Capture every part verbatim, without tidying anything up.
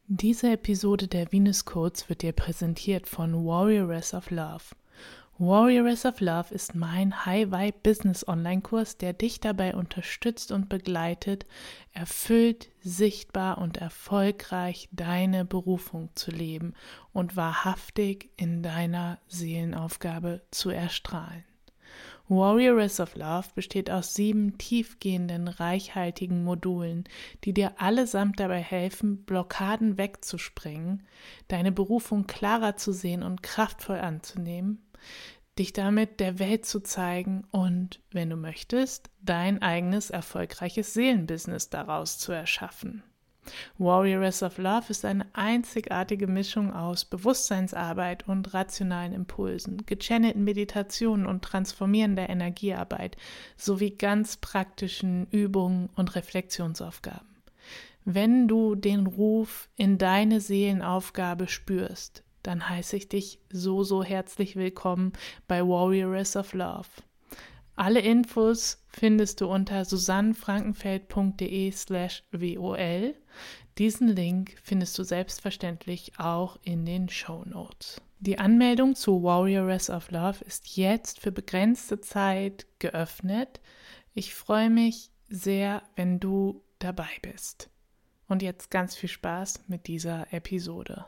Diese Episode der Venus Codes wird dir präsentiert von Warrioress of Love. Warrioress of Love ist mein High-Vibe-Business-Online-Kurs, der dich dabei unterstützt und begleitet, erfüllt, sichtbar und erfolgreich deine Berufung zu leben und wahrhaftig in deiner Seelenaufgabe zu erstrahlen. Warrioress of Love besteht aus sieben tiefgehenden, reichhaltigen Modulen, die dir allesamt dabei helfen, Blockaden wegzusprengen, deine Berufung klarer zu sehen und kraftvoll anzunehmen, dich damit der Welt zu zeigen und, wenn du möchtest, dein eigenes erfolgreiches Seelenbusiness daraus zu erschaffen. Warrioress of Love ist eine einzigartige Mischung aus Bewusstseinsarbeit und rationalen Impulsen, gechannelten Meditationen und transformierender Energiearbeit sowie ganz praktischen Übungen und Reflexionsaufgaben. Wenn du den Ruf in deine Seelenaufgabe spürst, dann heiße ich dich so, so herzlich willkommen bei Warrioress of Love. Alle Infos findest du unter susannenfrankenfeld.de slash wol. Diesen Link findest du selbstverständlich auch in den Shownotes. Die Anmeldung zu Warrioress of Love ist jetzt für begrenzte Zeit geöffnet. Ich freue mich sehr, wenn du dabei bist. Und jetzt ganz viel Spaß mit dieser Episode.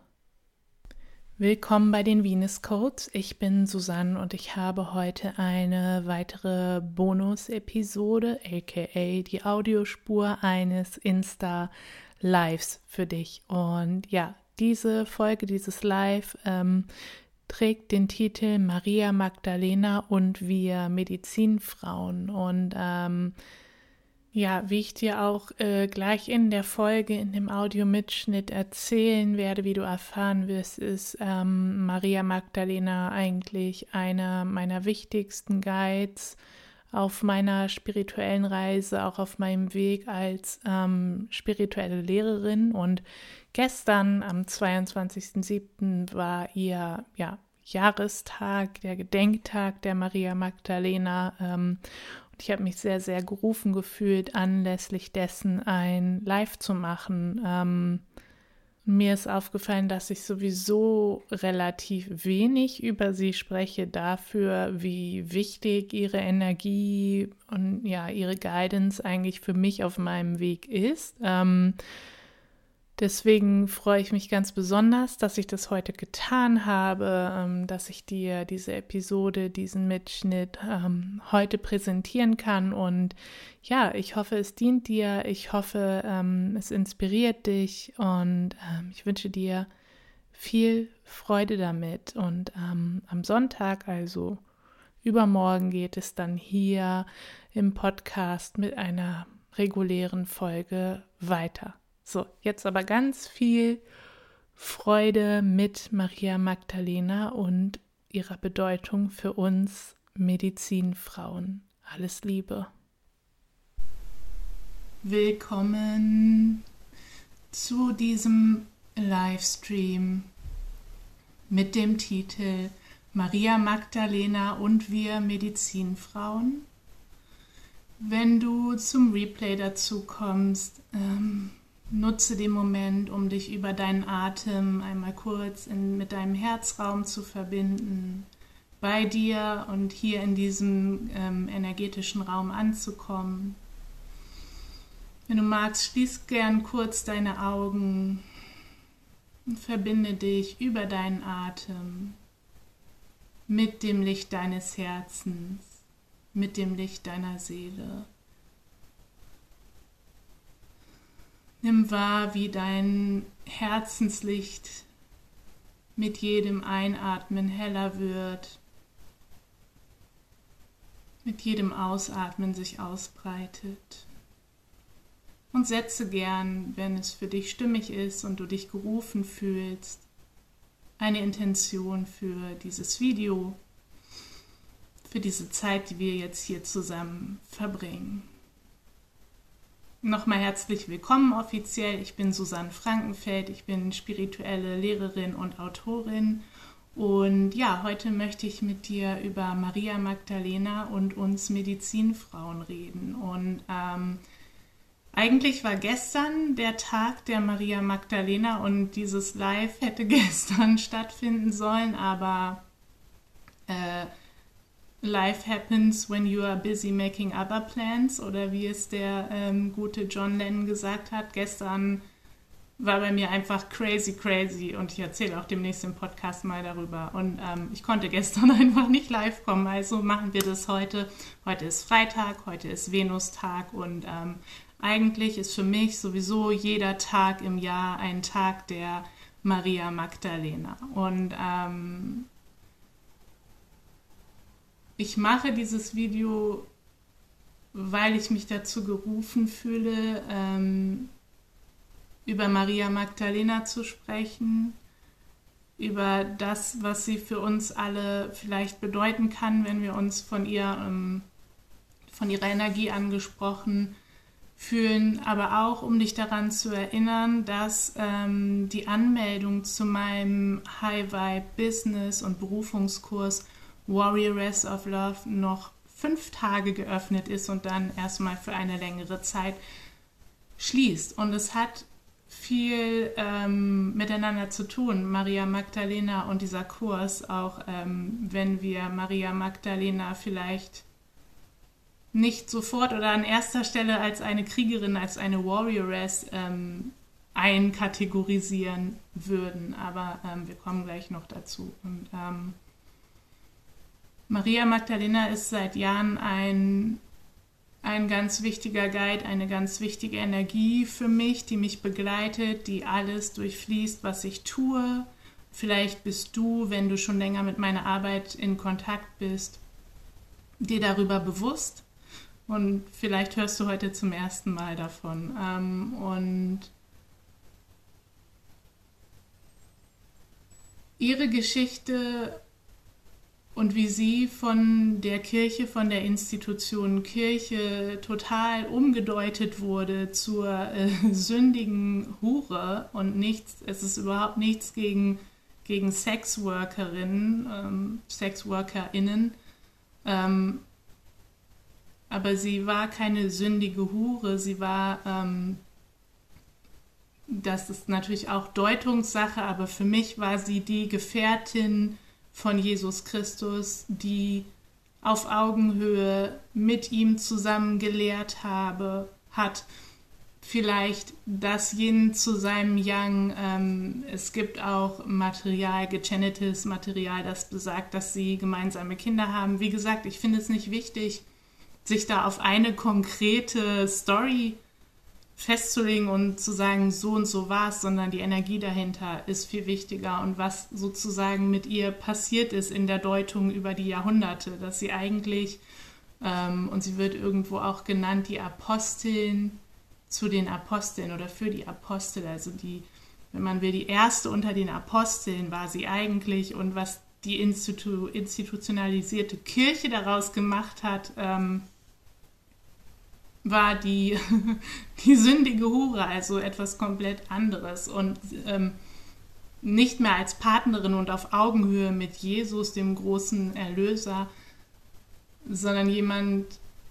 Willkommen bei den Venus Codes. Ich bin Susanne und ich habe heute eine weitere Bonus-Episode, aka die Audiospur eines Insta-Lives für dich. Und ja, diese Folge, dieses Live ähm, trägt den Titel Maria Magdalena und wir Medizinfrauen. Und ähm, Ja, wie ich dir auch äh, gleich in der Folge, in dem Audiomitschnitt erzählen werde, wie du erfahren wirst, ist ähm, Maria Magdalena eigentlich einer meiner wichtigsten Guides auf meiner spirituellen Reise, auch auf meinem Weg als ähm, spirituelle Lehrerin. Und gestern, am zweiundzwanzigsten siebten war ihr ja, Jahrestag, der Gedenktag der Maria Magdalena. Ähm, Ich habe mich sehr, sehr gerufen gefühlt, anlässlich dessen ein Live zu machen. Ähm, mir ist aufgefallen, dass ich sowieso relativ wenig über sie spreche, dafür, wie wichtig ihre Energie und ja, ihre Guidance eigentlich für mich auf meinem Weg ist. Ähm, Deswegen freue ich mich ganz besonders, dass ich das heute getan habe, ähm, dass ich dir diese Episode, diesen Mitschnitt ähm, heute präsentieren kann. Und ja, ich hoffe, es dient dir. Ich hoffe, ähm, es inspiriert dich. Und ähm, ich wünsche dir viel Freude damit. Und ähm, am Sonntag, also übermorgen, geht es dann hier im Podcast mit einer regulären Folge weiter. So, jetzt aber ganz viel Freude mit Maria Magdalena und ihrer Bedeutung für uns Medizinfrauen. Alles Liebe. Willkommen zu diesem Livestream mit dem Titel Maria Magdalena und wir Medizinfrauen. Wenn du zum Replay dazu kommst, ähm, nutze den Moment, um dich über deinen Atem einmal kurz in, mit deinem Herzraum zu verbinden, bei dir und hier in diesem ähm, energetischen Raum anzukommen. Wenn du magst, schließ gern kurz deine Augen und verbinde dich über deinen Atem mit dem Licht deines Herzens, mit dem Licht deiner Seele. Nimm wahr, wie dein Herzenslicht mit jedem Einatmen heller wird, mit jedem Ausatmen sich ausbreitet. Und setze gern, wenn es für dich stimmig ist und du dich gerufen fühlst, eine Intention für dieses Video, für diese Zeit, die wir jetzt hier zusammen verbringen. Nochmal herzlich willkommen offiziell. Ich bin Susanne Frankenfeld, ich bin spirituelle Lehrerin und Autorin und ja, heute möchte ich mit dir über Maria Magdalena und uns Medizinfrauen reden und ähm, Eigentlich war gestern der Tag der Maria Magdalena und dieses Live hätte gestern stattfinden sollen, aber äh, Life happens when you are busy making other plans, oder wie es der ähm, gute John Lennon gesagt hat. Gestern war bei mir einfach crazy, crazy und ich erzähle auch demnächst im Podcast mal darüber. Und ähm, ich konnte gestern einfach nicht live kommen, also machen wir das heute. Heute ist Freitag, heute ist Venustag und ähm, eigentlich ist für mich sowieso jeder Tag im Jahr ein Tag der Maria Magdalena. Und ähm, ich mache dieses Video, weil ich mich dazu gerufen fühle, ähm, über Maria Magdalena zu sprechen, über das, was sie für uns alle vielleicht bedeuten kann, wenn wir uns von ihr, ähm, von ihrer Energie angesprochen fühlen, aber auch, um dich daran zu erinnern, dass ähm, die Anmeldung zu meinem High Vibe Business und Berufungskurs Warrioress of Love noch fünf Tage geöffnet ist und dann erstmal für eine längere Zeit schließt. Und es hat viel ähm, miteinander zu tun, Maria Magdalena und dieser Kurs, auch ähm, wenn wir Maria Magdalena vielleicht nicht sofort oder an erster Stelle als eine Kriegerin, als eine Warrioress ähm, einkategorisieren würden. Aber ähm, wir kommen gleich noch dazu. Und ähm, Maria Magdalena ist seit Jahren ein, ein ganz wichtiger Guide, eine ganz wichtige Energie für mich, die mich begleitet, die alles durchfließt, was ich tue. Vielleicht bist du, wenn du schon länger mit meiner Arbeit in Kontakt bist, dir darüber bewusst. Und vielleicht hörst du heute zum ersten Mal davon. Ähm, und ihre Geschichte und wie sie von der Kirche, von der Institution Kirche total umgedeutet wurde zur äh, sündigen Hure und nichts, es ist überhaupt nichts gegen, gegen Sexworkerinnen, ähm, SexworkerInnen, ähm, aber sie war keine sündige Hure, sie war, ähm, das ist natürlich auch Deutungssache, aber für mich war sie die Gefährtin von Jesus Christus, die auf Augenhöhe mit ihm zusammen gelehrt habe, hat. Vielleicht das Yin zu seinem Yang. Ähm, es gibt auch Material, gechannetes Material, das besagt, dass sie gemeinsame Kinder haben. Wie gesagt, ich finde es nicht wichtig, sich da auf eine konkrete Story festzulegen und zu sagen, so und so war es, sondern die Energie dahinter ist viel wichtiger und was sozusagen mit ihr passiert ist in der Deutung über die Jahrhunderte, dass sie eigentlich, ähm, und sie wird irgendwo auch genannt, die Aposteln zu den Aposteln oder für die Apostel, also die, wenn man will, die erste unter den Aposteln war sie eigentlich, und was die Institu- institutionalisierte Kirche daraus gemacht hat, ähm, war die, die sündige Hure, also etwas komplett anderes und ähm, nicht mehr als Partnerin und auf Augenhöhe mit Jesus, dem großen Erlöser, sondern jemand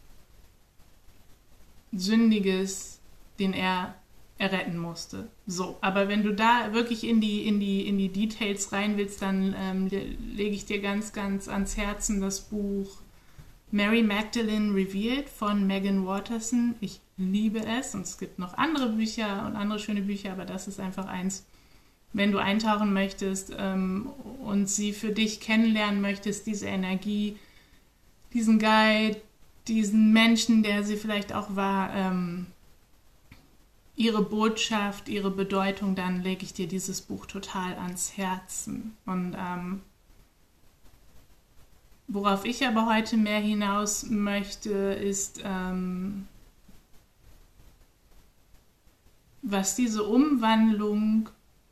Sündiges, den er erretten musste. So, aber wenn du da wirklich in die, in die, in die Details rein willst, dann ähm, lege ich dir ganz, ganz ans Herzen das Buch Mary Magdalene Revealed von Megan Waterson. Ich liebe es und es gibt noch andere Bücher und andere schöne Bücher, aber das ist einfach eins, wenn du eintauchen möchtest ähm, und sie für dich kennenlernen möchtest, diese Energie, diesen Guide, diesen Menschen, der sie vielleicht auch war, ähm, ihre Botschaft, ihre Bedeutung, dann lege ich dir dieses Buch total ans Herzen. Und ähm, worauf ich aber heute mehr hinaus möchte, ist, ähm, was diese Umwandlung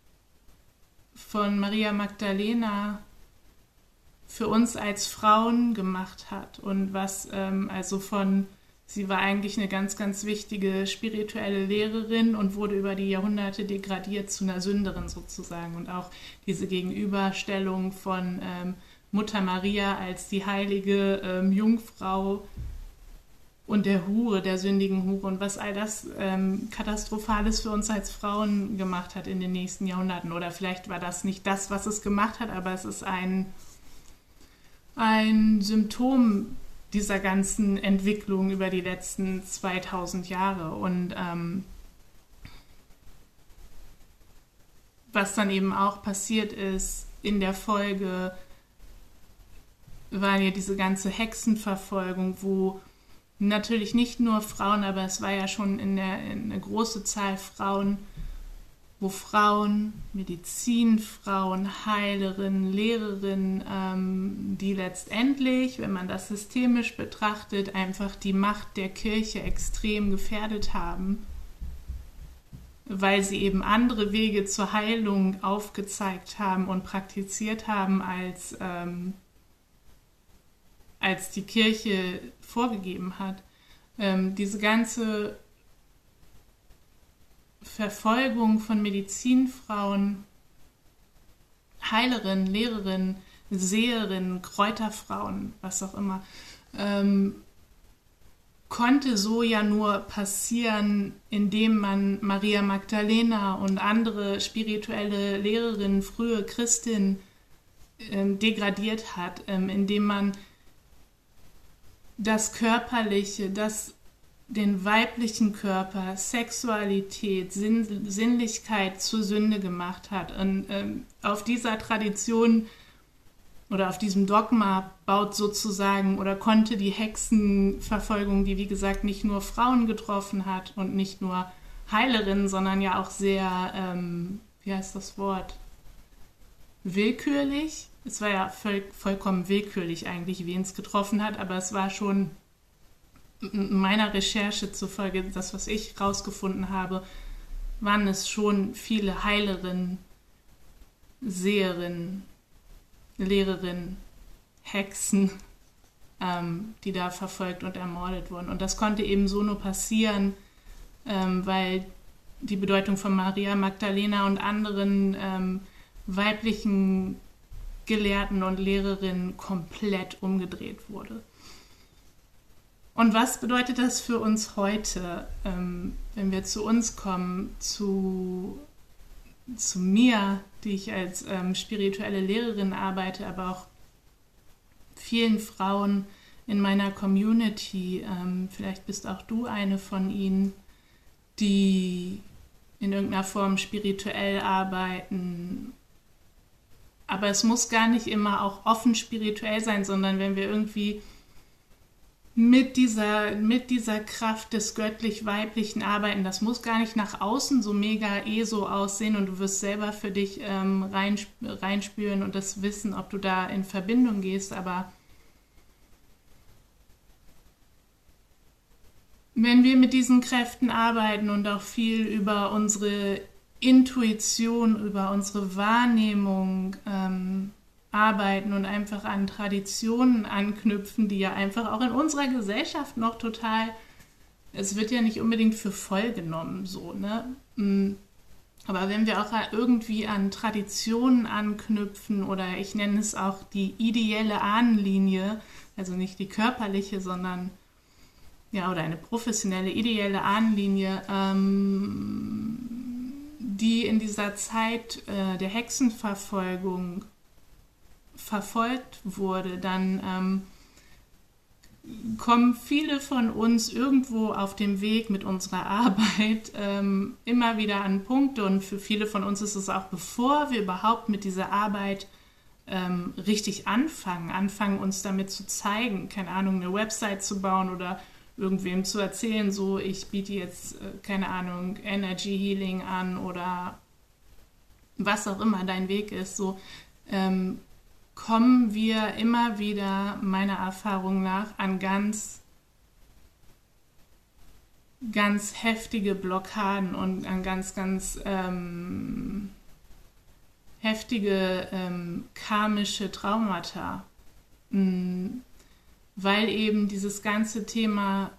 von Maria Magdalena für uns als Frauen gemacht hat und was ähm, also von, sie war eigentlich eine ganz, ganz wichtige spirituelle Lehrerin und wurde über die Jahrhunderte degradiert zu einer Sünderin sozusagen, und auch diese Gegenüberstellung von ähm, Mutter Maria als die heilige ähm, Jungfrau und der Hure, der sündigen Hure und was all das ähm, Katastrophales für uns als Frauen gemacht hat in den nächsten Jahrhunderten. Oder vielleicht war das nicht das, was es gemacht hat, aber es ist ein, ein Symptom dieser ganzen Entwicklung über die letzten zweitausend Jahre. Und ähm, was dann eben auch passiert ist in der Folge, war ja diese ganze Hexenverfolgung, wo natürlich nicht nur Frauen, aber es war ja schon in der in eine große Zahl Frauen, wo Frauen, Medizinfrauen, Heilerinnen, Lehrerinnen, ähm, die letztendlich, wenn man das systemisch betrachtet, einfach die Macht der Kirche extrem gefährdet haben, weil sie eben andere Wege zur Heilung aufgezeigt haben und praktiziert haben, als, ähm, als die Kirche vorgegeben hat. Ähm, diese ganze Verfolgung von Medizinfrauen, Heilerinnen, Lehrerinnen, Seherinnen, Kräuterfrauen, was auch immer, ähm, konnte so ja nur passieren, indem man Maria Magdalena und andere spirituelle Lehrerinnen, frühe Christinnen, ähm, degradiert hat, ähm, indem man das Körperliche, das den weiblichen Körper, Sexualität, Sinn, Sinnlichkeit zur Sünde gemacht hat. Und ähm, auf dieser Tradition oder auf diesem Dogma baut sozusagen oder konnte die Hexenverfolgung, die wie gesagt nicht nur Frauen getroffen hat und nicht nur Heilerinnen, sondern ja auch sehr, ähm, wie heißt das Wort, willkürlich. Es war ja voll, vollkommen willkürlich eigentlich, wen es getroffen hat, aber es war schon meiner Recherche zufolge, das, was ich rausgefunden habe, waren es schon viele Heilerinnen, Seherinnen, Lehrerinnen, Hexen, ähm, die da verfolgt und ermordet wurden. Und das konnte eben so nur passieren, ähm, weil die Bedeutung von Maria Magdalena und anderen ähm, weiblichen Gelehrten und Lehrerinnen komplett umgedreht wurde. Und was bedeutet das für uns heute, ähm, wenn wir zu uns kommen, zu, zu mir, die ich als ähm, spirituelle Lehrerin arbeite, aber auch vielen Frauen in meiner Community, ähm, vielleicht bist auch du eine von ihnen, die in irgendeiner Form spirituell arbeiten. Aber es muss gar nicht immer auch offen spirituell sein, sondern wenn wir irgendwie mit dieser, mit dieser Kraft des göttlich-weiblichen arbeiten, das muss gar nicht nach außen so mega eh so aussehen und du wirst selber für dich ähm, rein, reinspüren und das wissen, ob du da in Verbindung gehst, aber wenn wir mit diesen Kräften arbeiten und auch viel über unsere Intuition, über unsere Wahrnehmung ähm, arbeiten und einfach an Traditionen anknüpfen, die ja einfach auch in unserer Gesellschaft noch total, es wird ja nicht unbedingt für voll genommen, so, ne? Aber wenn wir auch irgendwie an Traditionen anknüpfen oder ich nenne es auch die ideelle Ahnenlinie, also nicht die körperliche, sondern ja, oder eine professionelle, ideelle Ahnenlinie, ähm, die in dieser Zeit äh, der Hexenverfolgung verfolgt wurde, dann ähm, kommen viele von uns irgendwo auf dem Weg mit unserer Arbeit ähm, immer wieder an Punkte und für viele von uns ist es auch, bevor wir überhaupt mit dieser Arbeit ähm, richtig anfangen, anfangen uns damit zu zeigen, keine Ahnung, eine Website zu bauen oder irgendwem zu erzählen, so ich biete jetzt, äh, keine Ahnung, Energy Healing an oder was auch immer dein Weg ist, so ähm, kommen wir immer wieder, meiner Erfahrung nach, an ganz, ganz heftige Blockaden und an ganz, ganz ähm, heftige ähm, karmische Traumata, mhm. Weil eben dieses ganze Thema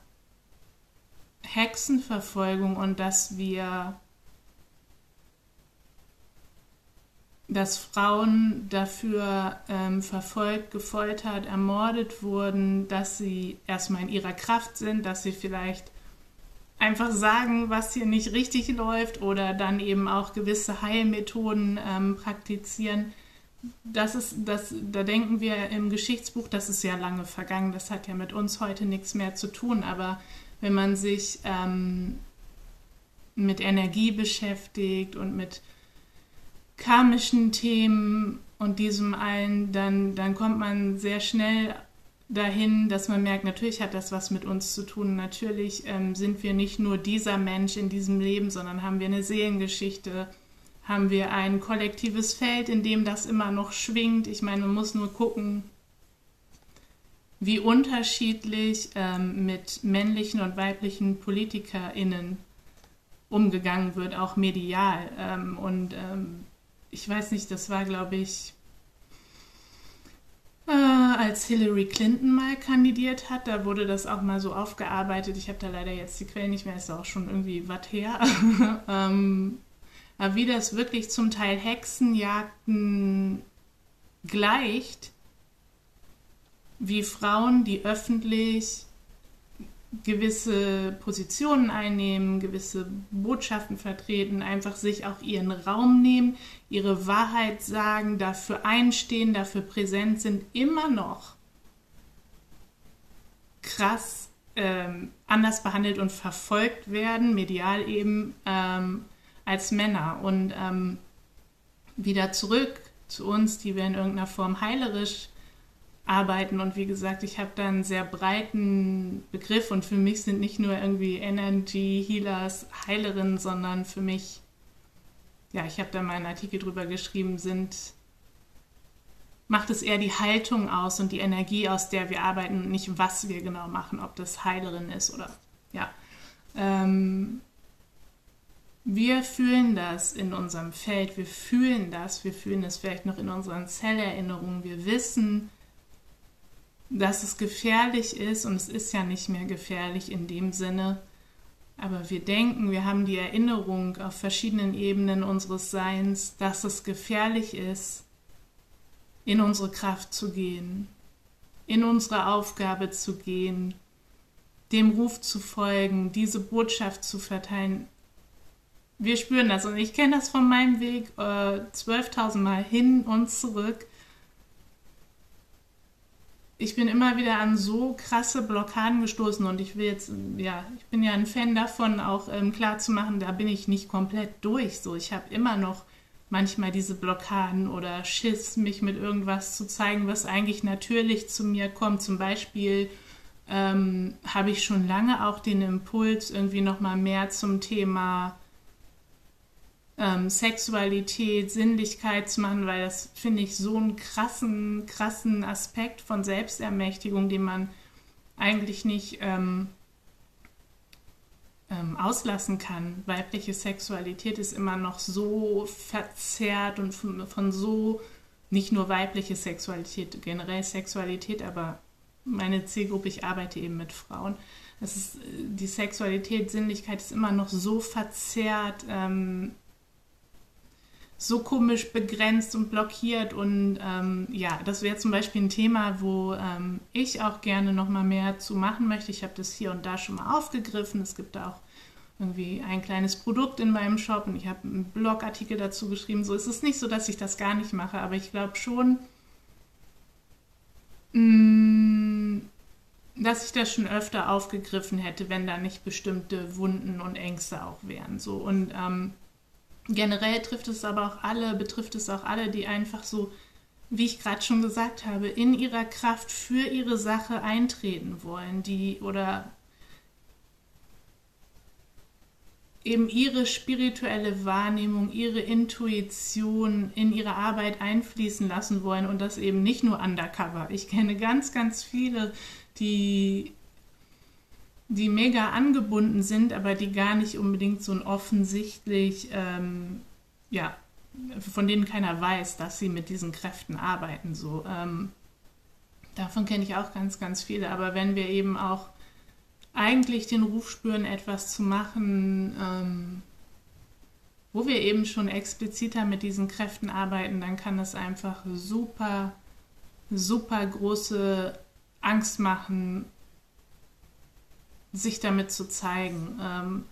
Hexenverfolgung und dass wir dass Frauen dafür ähm, verfolgt, gefoltert, ermordet wurden, dass sie erstmal in ihrer Kraft sind, dass sie vielleicht einfach sagen, was hier nicht richtig läuft oder dann eben auch gewisse Heilmethoden ähm, praktizieren. Das ist, das, da denken wir im Geschichtsbuch, das ist ja lange vergangen, das hat ja mit uns heute nichts mehr zu tun, aber wenn man sich ähm, mit Energie beschäftigt und mit karmischen Themen und diesem allen, dann, dann kommt man sehr schnell dahin, dass man merkt, natürlich hat das was mit uns zu tun. Natürlich ähm, sind wir nicht nur dieser Mensch in diesem Leben, sondern haben wir eine Seelengeschichte, haben wir ein kollektives Feld, in dem das immer noch schwingt. Ich meine, man muss nur gucken, wie unterschiedlich ähm, mit männlichen und weiblichen PolitikerInnen umgegangen wird, auch medial. Ähm, und ähm, ich weiß nicht, das war, glaube ich, äh, als Hillary Clinton mal kandidiert hat, da wurde das auch mal so aufgearbeitet. Ich habe da leider jetzt die Quellen nicht mehr, ist auch schon irgendwie was her. ähm, aber wie das wirklich zum Teil Hexenjagden gleicht, wie Frauen, die öffentlich gewisse Positionen einnehmen, gewisse Botschaften vertreten, einfach sich auch ihren Raum nehmen, ihre Wahrheit sagen, dafür einstehen, dafür präsent sind, immer noch krass ähm, anders behandelt und verfolgt werden, medial eben, ähm, als Männer. Und ähm, wieder zurück zu uns, die wir in irgendeiner Form heilerisch arbeiten. Und wie gesagt, ich habe da einen sehr breiten Begriff und für mich sind nicht nur irgendwie Energy Healers Heilerinnen, sondern für mich, ja, ich habe da mal einen Artikel drüber geschrieben, sind, macht es eher die Haltung aus und die Energie, aus der wir arbeiten und nicht, was wir genau machen, ob das Heilerin ist oder, ja. Ähm, wir fühlen das in unserem Feld, wir fühlen das, wir fühlen es vielleicht noch in unseren Zellerinnerungen, wir wissen, dass es gefährlich ist und es ist ja nicht mehr gefährlich in dem Sinne, aber wir denken, wir haben die Erinnerung auf verschiedenen Ebenen unseres Seins, dass es gefährlich ist, in unsere Kraft zu gehen, in unsere Aufgabe zu gehen, dem Ruf zu folgen, diese Botschaft zu verteilen. Wir spüren das und ich kenne das von meinem Weg äh, zwölftausend Mal hin und zurück. Ich bin immer wieder an so krasse Blockaden gestoßen und ich will jetzt, ja, ich bin ja ein Fan davon, auch ähm, klar zu machen, da bin ich nicht komplett durch. So, ich habe immer noch manchmal diese Blockaden oder Schiss, mich mit irgendwas zu zeigen, was eigentlich natürlich zu mir kommt. Zum Beispiel ähm, habe ich schon lange auch den Impuls, irgendwie nochmal mehr zum Thema Ähm, Sexualität, Sinnlichkeit zu machen, weil das finde ich so einen krassen, krassen Aspekt von Selbstermächtigung, den man eigentlich nicht ähm, ähm, auslassen kann. Weibliche Sexualität ist immer noch so verzerrt und von, von so, nicht nur weibliche Sexualität, generell Sexualität, aber meine Zielgruppe, ich arbeite eben mit Frauen. Das ist, die Sexualität, Sinnlichkeit ist immer noch so verzerrt, ähm, so komisch begrenzt und blockiert und ähm, ja, das wäre zum Beispiel ein Thema, wo ähm, ich auch gerne noch mal mehr zu machen möchte. Ich habe das hier und da schon mal aufgegriffen. Es gibt da auch irgendwie ein kleines Produkt in meinem Shop und ich habe einen Blogartikel dazu geschrieben. So ist es nicht so, dass ich das gar nicht mache, aber ich glaube schon, mh, dass ich das schon öfter aufgegriffen hätte, wenn da nicht bestimmte Wunden und Ängste auch wären. So und ähm, generell trifft es aber auch alle, betrifft es auch alle, die einfach so, wie ich gerade schon gesagt habe, in ihrer Kraft für ihre Sache eintreten wollen, die oder eben ihre spirituelle Wahrnehmung, ihre Intuition in ihre Arbeit einfließen lassen wollen und das eben nicht nur undercover. Ich kenne ganz, ganz viele, die die mega angebunden sind, aber die gar nicht unbedingt so ein offensichtlich, ähm, ja, von denen keiner weiß, dass sie mit diesen Kräften arbeiten. So, ähm, davon kenne ich auch ganz, ganz viele. Aber wenn wir eben auch eigentlich den Ruf spüren, etwas zu machen, ähm, wo wir eben schon expliziter mit diesen Kräften arbeiten, dann kann das einfach super, super große Angst machen, sich damit zu zeigen. Ähm,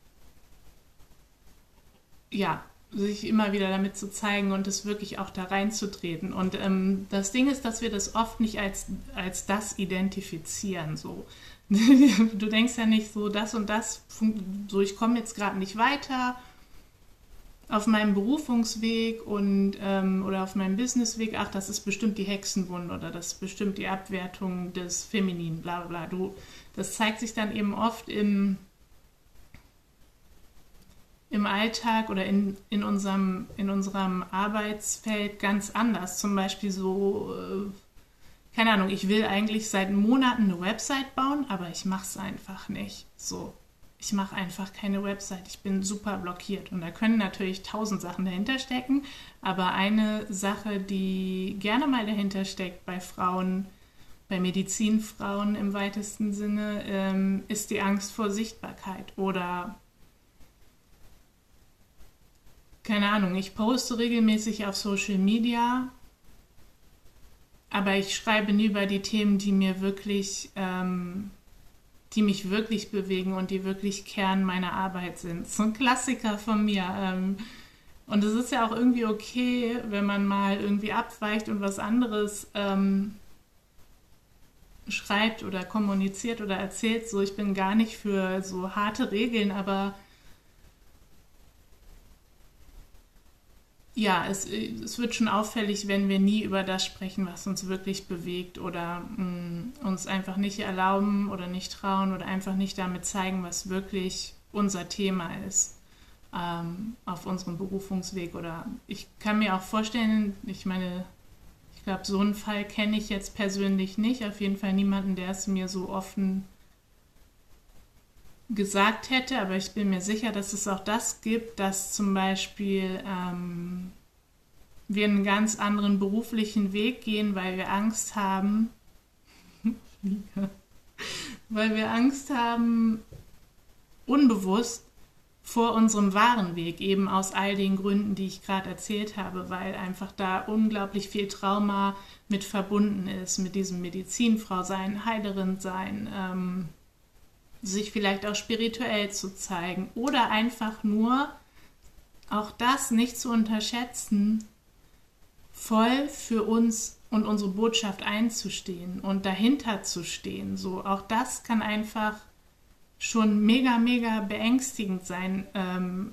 ja, sich immer wieder damit zu zeigen und es wirklich auch da reinzutreten. Und ähm, das Ding ist, dass wir das oft nicht als, als das identifizieren. So. Du denkst ja nicht so, das und das, so ich komme jetzt gerade nicht weiter auf meinem Berufungsweg und ähm, oder auf meinem Businessweg, ach, das ist bestimmt die Hexenwunde oder das ist bestimmt die Abwertung des Femininen, bla bla bla. Du, das zeigt sich dann eben oft im im Alltag oder in, in, unserem, in unserem Arbeitsfeld ganz anders. Zum Beispiel so, äh, keine Ahnung, ich will eigentlich seit Monaten eine Website bauen, aber ich mache es einfach nicht. So, ich mache einfach keine Website. Ich bin super blockiert. Und da können natürlich tausend Sachen dahinter stecken, aber eine Sache, die gerne mal dahinter steckt bei Frauen, bei Medizinfrauen im weitesten Sinne, ähm, ist die Angst vor Sichtbarkeit oder keine Ahnung, ich poste regelmäßig auf Social Media, aber ich schreibe nie über die Themen, die mir wirklich, ähm, die mich wirklich bewegen und die wirklich Kern meiner Arbeit sind. So ein Klassiker von mir. Ähm, und es ist ja auch irgendwie okay, wenn man mal irgendwie abweicht und was anderes ähm, schreibt oder kommuniziert oder erzählt. So, ich bin gar nicht für so harte Regeln, aber ja, es, es wird schon auffällig, wenn wir nie über das sprechen, was uns wirklich bewegt oder mh, uns einfach nicht erlauben oder nicht trauen oder einfach nicht damit zeigen, was wirklich unser Thema ist ähm, auf unserem Berufungsweg. Oder ich kann mir auch vorstellen, ich meine, ich glaube, so einen Fall kenne ich jetzt persönlich nicht. Auf jeden Fall niemanden, der es mir so offen gesagt hätte, aber ich bin mir sicher, dass es auch das gibt, dass zum Beispiel ähm, wir einen ganz anderen beruflichen Weg gehen, weil wir Angst haben, weil wir Angst haben, unbewusst vor unserem wahren Weg, eben aus all den Gründen, die ich gerade erzählt habe, weil einfach da unglaublich viel Trauma mit verbunden ist, mit diesem Medizinfrau sein, Heilerin sein, ähm, sich vielleicht auch spirituell zu zeigen oder einfach nur auch das nicht zu unterschätzen, voll für uns und unsere Botschaft einzustehen und dahinter zu stehen. So, auch das kann einfach schon mega, mega beängstigend sein. Ähm,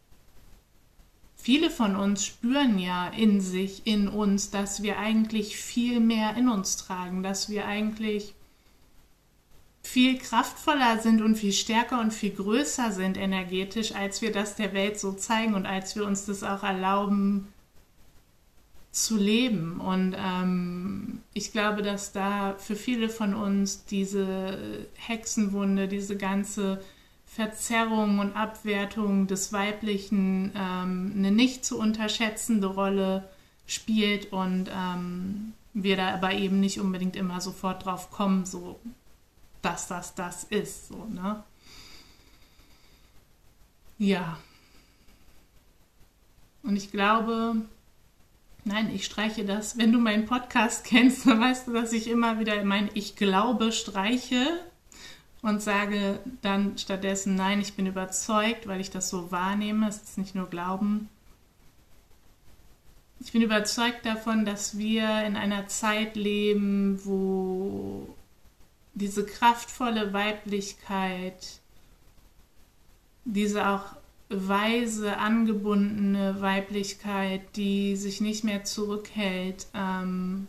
viele von uns spüren ja in sich, in uns, dass wir eigentlich viel mehr in uns tragen, dass wir eigentlich viel kraftvoller sind und viel stärker und viel größer sind energetisch, als wir das der Welt so zeigen und als wir uns das auch erlauben zu leben. Und ähm, ich glaube, dass da für viele von uns diese Hexenwunde, diese ganze Verzerrung und Abwertung des Weiblichen ähm, eine nicht zu unterschätzende Rolle spielt und ähm, wir da aber eben nicht unbedingt immer sofort drauf kommen, so dass das das ist, so, ne? Ja. Und ich glaube, nein, ich streiche das. Wenn du meinen Podcast kennst, dann weißt du, dass ich immer wieder mein Ich glaube streiche und sage dann stattdessen, nein, ich bin überzeugt, weil ich das so wahrnehme. Es ist nicht nur Glauben. Ich bin überzeugt davon, dass wir in einer Zeit leben, wo diese kraftvolle Weiblichkeit, diese auch weise, angebundene Weiblichkeit, die sich nicht mehr zurückhält, ähm,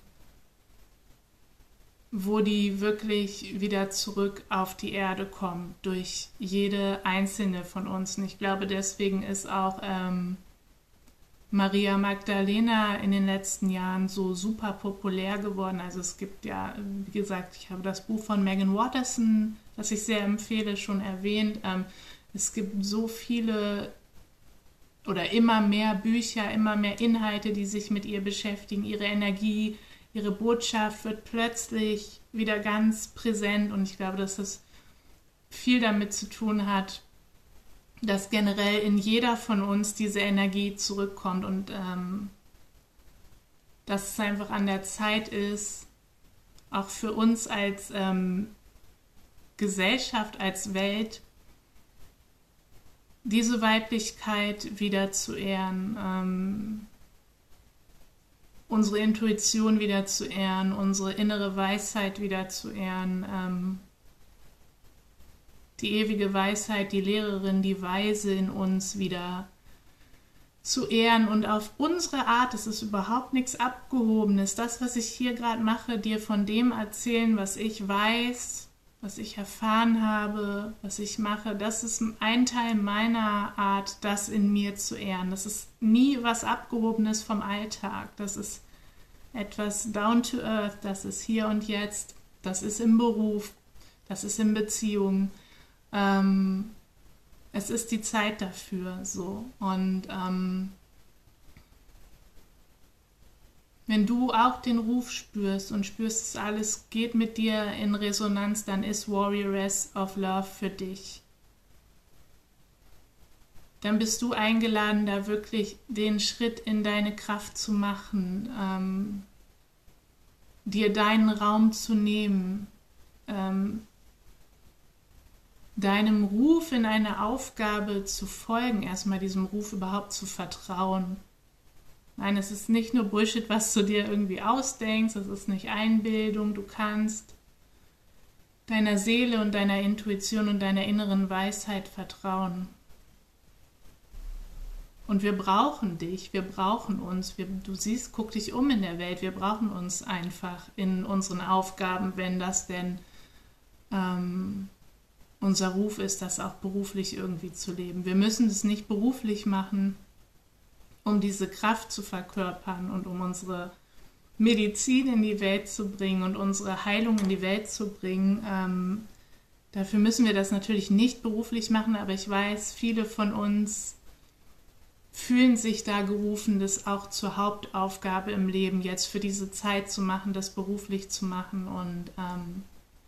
wo die wirklich wieder zurück auf die Erde kommt, durch jede einzelne von uns. Und ich glaube, deswegen ist auch ähm, Maria Magdalena in den letzten Jahren so super populär geworden. Also es gibt ja, wie gesagt, ich habe das Buch von Megan Watterson, das ich sehr empfehle, schon erwähnt. Ähm, es gibt so viele oder immer mehr Bücher, immer mehr Inhalte, die sich mit ihr beschäftigen. Ihre Energie, ihre Botschaft wird plötzlich wieder ganz präsent und ich glaube, dass das viel damit zu tun hat, dass generell in jeder von uns diese Energie zurückkommt und ähm, dass es einfach an der Zeit ist, auch für uns als ähm, Gesellschaft, als Welt, diese Weiblichkeit wieder zu ehren, ähm, unsere Intuition wieder zu ehren, unsere innere Weisheit wieder zu ehren, ähm, die ewige Weisheit, die Lehrerin, die Weise in uns wieder zu ehren und auf unsere Art. Es ist überhaupt nichts Abgehobenes. Das, was ich hier gerade mache, dir von dem erzählen, was ich weiß, was ich erfahren habe, was ich mache, das ist ein Teil meiner Art, das in mir zu ehren. Das ist nie was Abgehobenes vom Alltag. Das ist etwas down to earth, das ist hier und jetzt, das ist im Beruf, das ist in Beziehungen. Ähm, es ist die Zeit dafür, so. Und ähm, wenn du auch den Ruf spürst und spürst, dass alles geht mit dir in Resonanz, dann ist Warrioress of Love für dich. Dann bist du eingeladen, da wirklich den Schritt in deine Kraft zu machen, ähm, dir deinen Raum zu nehmen, ähm, deinem Ruf in eine Aufgabe zu folgen, erstmal diesem Ruf überhaupt zu vertrauen. Nein, es ist nicht nur Bullshit, was du dir irgendwie ausdenkst, es ist nicht Einbildung, du kannst deiner Seele und deiner Intuition und deiner inneren Weisheit vertrauen. Und wir brauchen dich, wir brauchen uns, wir, du siehst, guck dich um in der Welt, wir brauchen uns einfach in unseren Aufgaben, wenn das denn ähm, unser Ruf ist, das auch beruflich irgendwie zu leben. Wir müssen es nicht beruflich machen, um diese Kraft zu verkörpern und um unsere Medizin in die Welt zu bringen und unsere Heilung in die Welt zu bringen. Ähm, dafür müssen wir das natürlich nicht beruflich machen, aber ich weiß, viele von uns fühlen sich da gerufen, das auch zur Hauptaufgabe im Leben jetzt für diese Zeit zu machen, das beruflich zu machen. Und ähm,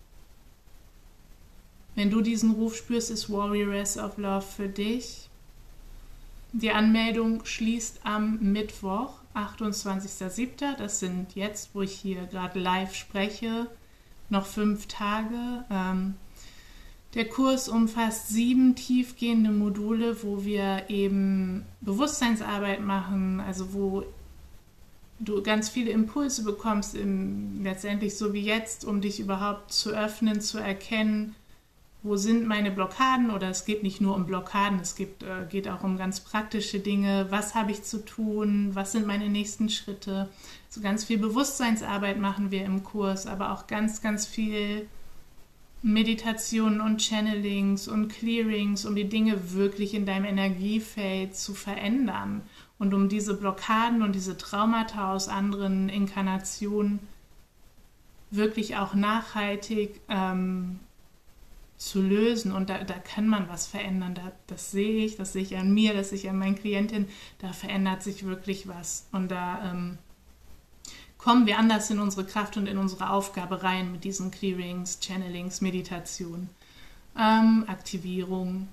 wenn du diesen Ruf spürst, ist Warrioress of Love für dich. Die Anmeldung schließt am Mittwoch, achtundzwanzigster siebter Das sind jetzt, wo ich hier gerade live spreche, noch fünf Tage. Ähm, der Kurs umfasst sieben tiefgehende Module, wo wir eben Bewusstseinsarbeit machen, also wo du ganz viele Impulse bekommst, im, letztendlich so wie jetzt, um dich überhaupt zu öffnen, zu erkennen, wo sind meine Blockaden, oder es geht nicht nur um Blockaden, es geht, äh, geht auch um ganz praktische Dinge. Was habe ich zu tun? Was sind meine nächsten Schritte? So ganz viel Bewusstseinsarbeit machen wir im Kurs, aber auch ganz, ganz viel Meditationen und Channelings und Clearings, um die Dinge wirklich in deinem Energiefeld zu verändern und um diese Blockaden und diese Traumata aus anderen Inkarnationen wirklich auch nachhaltig ähm, zu lösen. Und da, da kann man was verändern. Da, das sehe ich, das sehe ich an mir, das sehe ich an meinen Klientinnen. Da verändert sich wirklich was. Und da ähm, kommen wir anders in unsere Kraft und in unsere Aufgabe rein mit diesen Clearings, Channelings, Meditation, ähm, Aktivierung.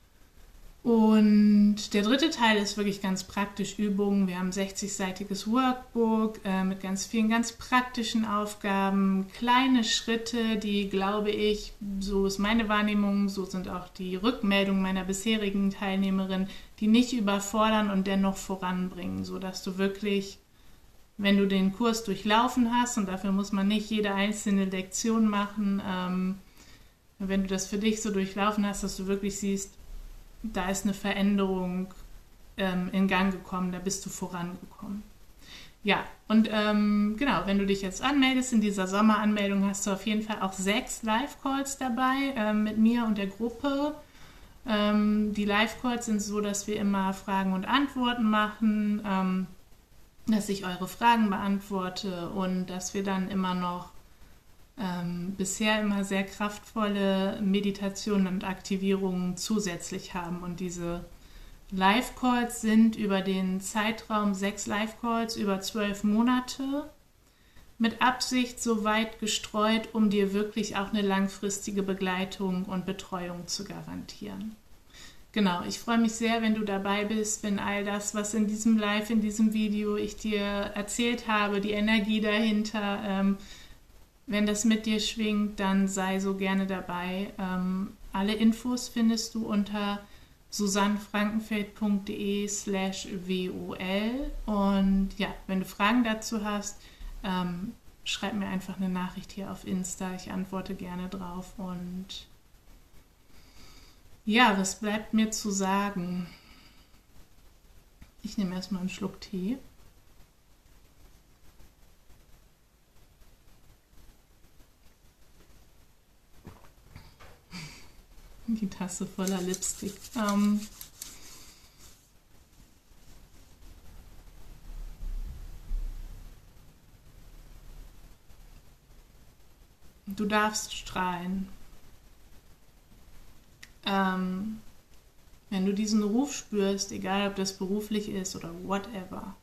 Und der dritte Teil ist wirklich ganz praktisch Übungen. Wir haben ein sechzig-seitiges Workbook äh, mit ganz vielen ganz praktischen Aufgaben, kleine Schritte, die, glaube ich, so ist meine Wahrnehmung, so sind auch die Rückmeldungen meiner bisherigen Teilnehmerin, die nicht überfordern und dennoch voranbringen, sodass du wirklich, wenn du den Kurs durchlaufen hast, und dafür muss man nicht jede einzelne Lektion machen, ähm, wenn du das für dich so durchlaufen hast, dass du wirklich siehst, da ist eine Veränderung ähm, in Gang gekommen, da bist du vorangekommen. Ja, und ähm, genau, wenn du dich jetzt anmeldest, in dieser Sommeranmeldung hast du auf jeden Fall auch sechs Live-Calls dabei ähm, mit mir und der Gruppe. Ähm, die Live-Calls sind so, dass wir immer Fragen und Antworten machen, ähm, dass ich eure Fragen beantworte und dass wir dann immer noch Ähm, bisher immer sehr kraftvolle Meditationen und Aktivierungen zusätzlich haben. Und diese Live-Calls sind über den Zeitraum sechs Live-Calls über zwölf Monate mit Absicht so weit gestreut, um dir wirklich auch eine langfristige Begleitung und Betreuung zu garantieren. Genau, ich freue mich sehr, wenn du dabei bist, wenn all das, was in diesem Live, in diesem Video ich dir erzählt habe, die Energie dahinter, ähm, wenn das mit dir schwingt, dann sei so gerne dabei. Ähm, alle Infos findest du unter susannfrankenfeld.de slash wol. Und ja, wenn du Fragen dazu hast, ähm, schreib mir einfach eine Nachricht hier auf Insta. Ich antworte gerne drauf. Und ja, was bleibt mir zu sagen? Ich nehme erstmal einen Schluck Tee. Die Tasse voller Lipstick. Ähm, du darfst strahlen. Ähm, wenn du diesen Ruf spürst, egal ob das beruflich ist oder whatever,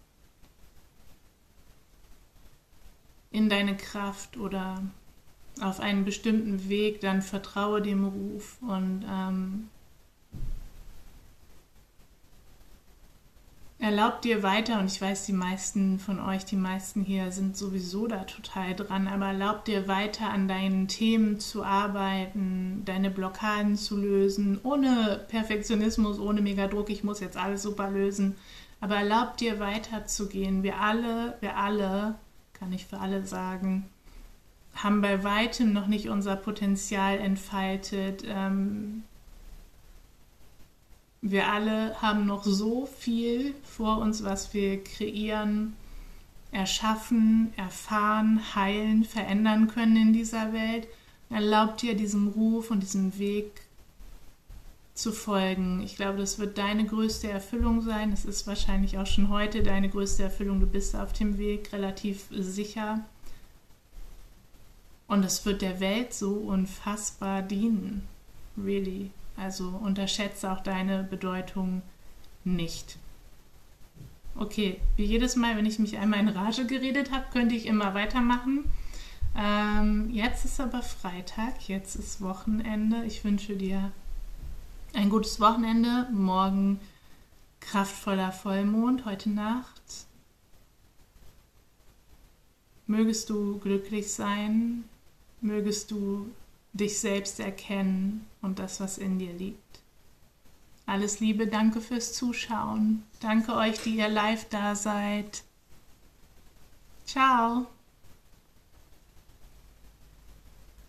in deine Kraft oder auf einen bestimmten Weg, dann vertraue dem Ruf und ähm, erlaub dir weiter, und ich weiß, die meisten von euch, die meisten hier sind sowieso da total dran, aber erlaub dir weiter an deinen Themen zu arbeiten, deine Blockaden zu lösen, ohne Perfektionismus, ohne Megadruck, ich muss jetzt alles super lösen, aber erlaub dir weiterzugehen. Wir alle, wir alle, kann ich für alle sagen, haben bei weitem noch nicht unser Potenzial entfaltet. Ähm, wir alle haben noch so viel vor uns, was wir kreieren, erschaffen, erfahren, heilen, verändern können in dieser Welt. Erlaubt dir diesem Ruf und diesem Weg zu folgen. Ich glaube, das wird deine größte Erfüllung sein. Es ist wahrscheinlich auch schon heute deine größte Erfüllung. Du bist auf dem Weg, relativ sicher. Und es wird der Welt so unfassbar dienen. Really. Also unterschätze auch deine Bedeutung nicht. Okay, wie jedes Mal, wenn ich mich einmal in Rage geredet habe, könnte ich immer weitermachen. Ähm, jetzt ist aber Freitag, jetzt ist Wochenende. Ich wünsche dir ein gutes Wochenende. Morgen kraftvoller Vollmond, heute Nacht. Mögest du glücklich sein. Mögest du dich selbst erkennen und das, was in dir liegt. Alles Liebe, danke fürs Zuschauen. Danke euch, die ihr live da seid. Ciao.